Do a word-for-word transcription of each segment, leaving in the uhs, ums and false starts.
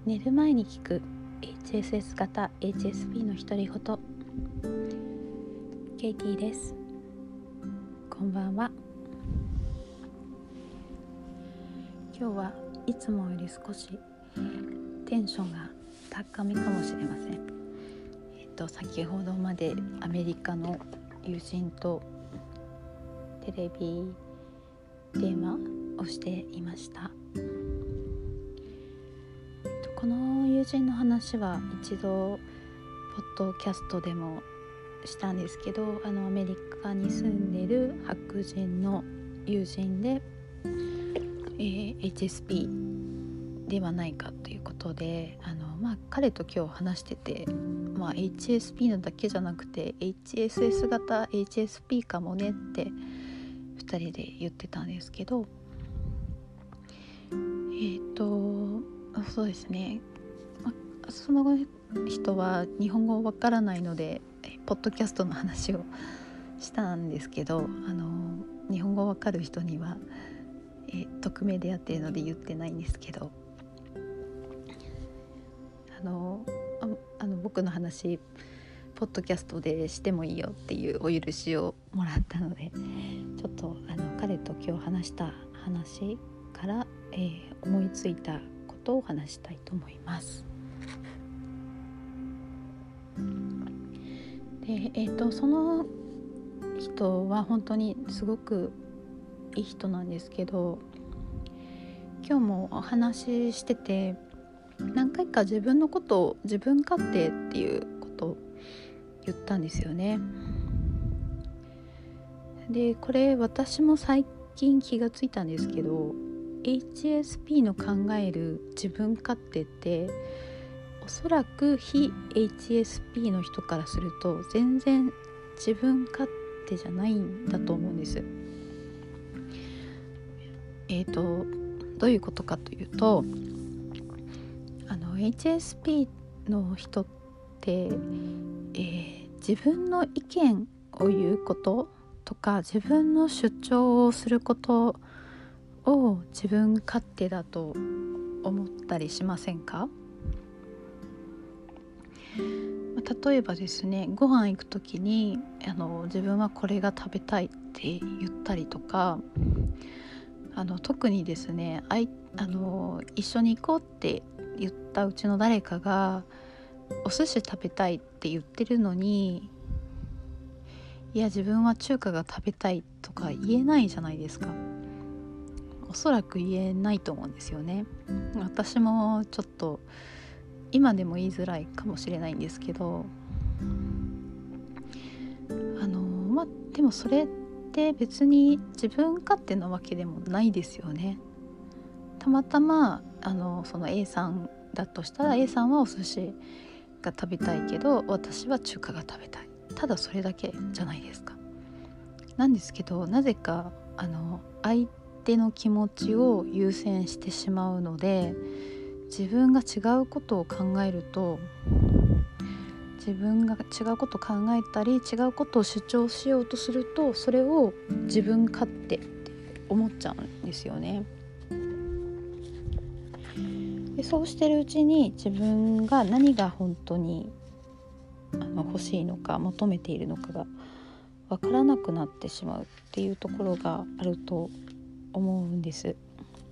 寝る前に聞く エイチエスエス 型 エイチエスピー の独り言。ケイティです。こんばんは。今日はいつもより少しテンションが高めかもしれません。えっと先ほどまでアメリカの友人とテレビ電話をしていました。この友人の話は一度ポッドキャストでもしたんですけど、あのアメリカに住んでいる白人の友人で、えー、エイチエスピー ではないかということで、あの、まあ、彼と今日話してて、まあ、エイチエスピー のだけじゃなくて エイチエスエス 型 エイチエスピー かもねってふたりで言ってたんですけど、えーとそうですね、ま、その人は日本語わからないのでポッドキャストの話をしたんですけど、あの日本語わかる人にはえ匿名でやってるので言ってないんですけど、あのああの僕の話ポッドキャストでしてもいいよっていうお許しをもらったので、ちょっとあの彼と今日話した話から、えー、思いついたことを話したいと思います。で、えーと、その人は本当にすごくいい人なんですけど、今日もお話ししてて何回か自分のことを自分勝手っていうことを言ったんですよね。で、これ私も最近気がついたんですけど、 エイチエスピー の考える自分勝手っておそらく非 エイチエスピー の人からすると全然自分勝手じゃないんだと思うんです。えーとどういうことかというと、あの エイチエスピー の人って、えー、自分の意見を言うこととか自分の主張をすることを自分勝手だと思ったりしませんか？例えばですね、ご飯行くときにあの自分はこれが食べたいって言ったりとか、あの特にですね、あいあの一緒に行こうって言ったうちの誰かがお寿司食べたいって言ってるのに、いや自分は中華が食べたいとか言えないじゃないですか。おそらく言えないと思うんですよね。私もちょっと今でも言いづらいかもしれないんですけど、あのまあでもそれって別に自分勝手なわけでもないですよね。たまたまあのその A さんだとしたら A さんはお寿司が食べたいけど私は中華が食べたい、ただそれだけじゃないですか。なんですけど、なぜかあの相手の気持ちを優先してしまうので、自分が違うことを考えると、自分が違うことを考えたり違うことを主張しようとすると、それを自分勝手って思っちゃうんですよね。でそうしてるうちに自分が何が本当にあの欲しいのか求めているのかが分からなくなってしまうっていうところがあると思うんです。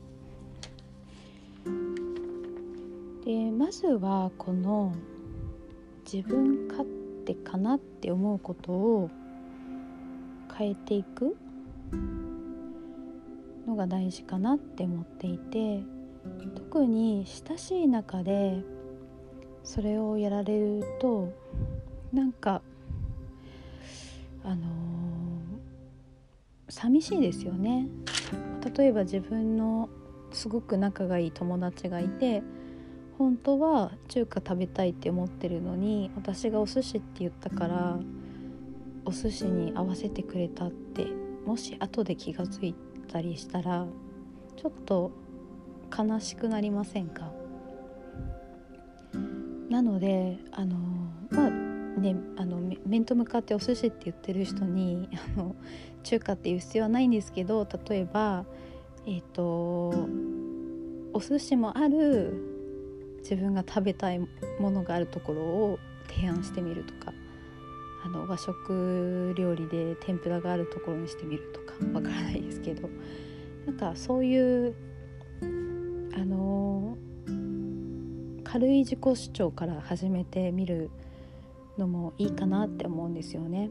でまずはこの自分勝手かなって思うことを変えていくのが大事かなって思っていて、特に親しい中でそれをやられるとなんかあのー、寂しいですよね。例えば自分のすごく仲がいい友達がいて、本当は中華食べたいって思ってるのに私がお寿司って言ったからお寿司に合わせてくれたって、もし後で気がついたりしたらちょっと悲しくなりませんか？なのであのまあね、あの面と向かってお寿司って言ってる人にあの中華っていう必要はないんですけど、例えばえっとお寿司もある自分が食べたいものがあるところを提案してみるとか、あの和食料理で天ぷらがあるところにしてみるとか、わからないですけど、なんかそういうあの軽い自己主張から始めてみるのもいいかなって思うんですよね。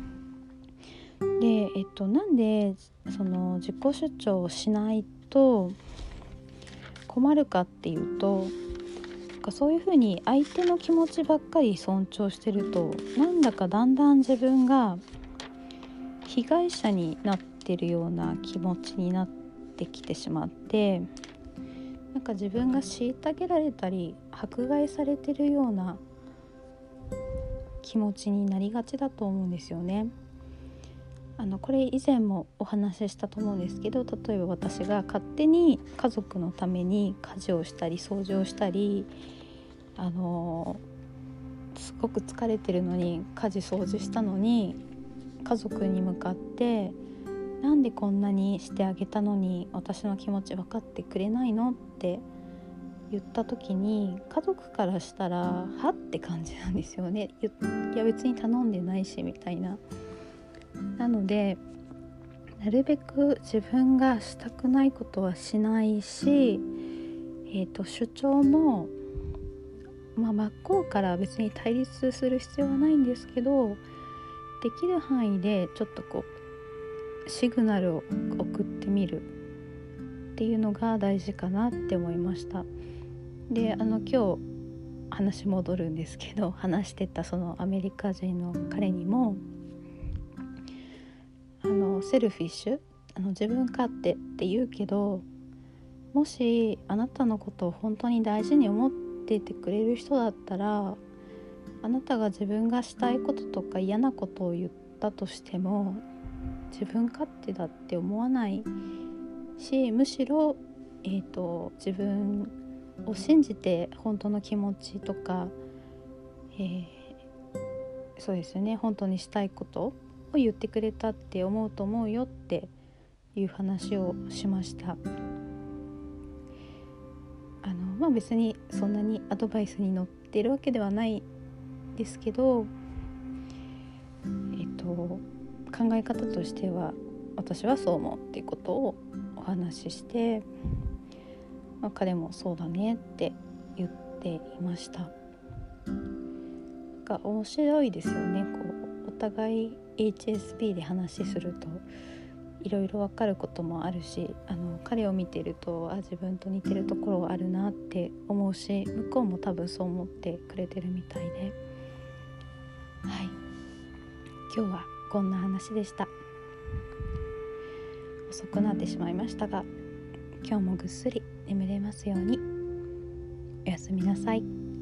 で、えっと、なんでその自己主張をしないと困るかっていうと、なんかそういうふうに相手の気持ちばっかり尊重してると、なんだかだんだん自分が被害者になってるような気持ちになってきてしまって、なんか自分が虐げられたり迫害されてるような気持ちになりがちだと思うんですよね。あのこれ以前もお話ししたと思うんですけど、例えば私が勝手に家族のために家事をしたり掃除をしたり、あのすごく疲れてるのに家事掃除したのに家族に向かって、なんでこんなにしてあげたのに私の気持ち分かってくれないのって言った時に、家族からしたらはって感じなんですよね。いや別に頼んでないしみたいな。なのでなるべく自分がしたくないことはしないし、えーと、主張も、まあ、真っ向から別に対立する必要はないんですけど、できる範囲でちょっとこうシグナルを送ってみるっていうのが大事かなって思いました。で、あの今日話戻るんですけど、話してたそのアメリカ人の彼にも、あのセルフィッシュ、あの自分勝手って言うけど、もしあなたのことを本当に大事に思っていてくれる人だったら、あなたが自分がしたいこととか嫌なことを言ったとしても自分勝手だって思わないし、むしろ、えーと、自分を信じて本当の気持ちとか、えー、そうですよね、本当にしたいことを言ってくれたって思うと思うよっていう話をしました。あの、まあ、別にそんなにアドバイスに載ってるわけではないですけど、えっと考え方としては私はそう思うっていうことをお話しして、まあ、彼もそうだねって言っていました。が面白いですよね。こうお互い エイチエスピー で話するといろいろ分かることもあるし、あの彼を見てるとあ自分と似てるところあるなって思うし、向こうも多分そう思ってくれてるみたいで、はい、今日はこんな話でした。遅くなってしまいましたが、今日もぐっすり眠れますように。おやすみなさい。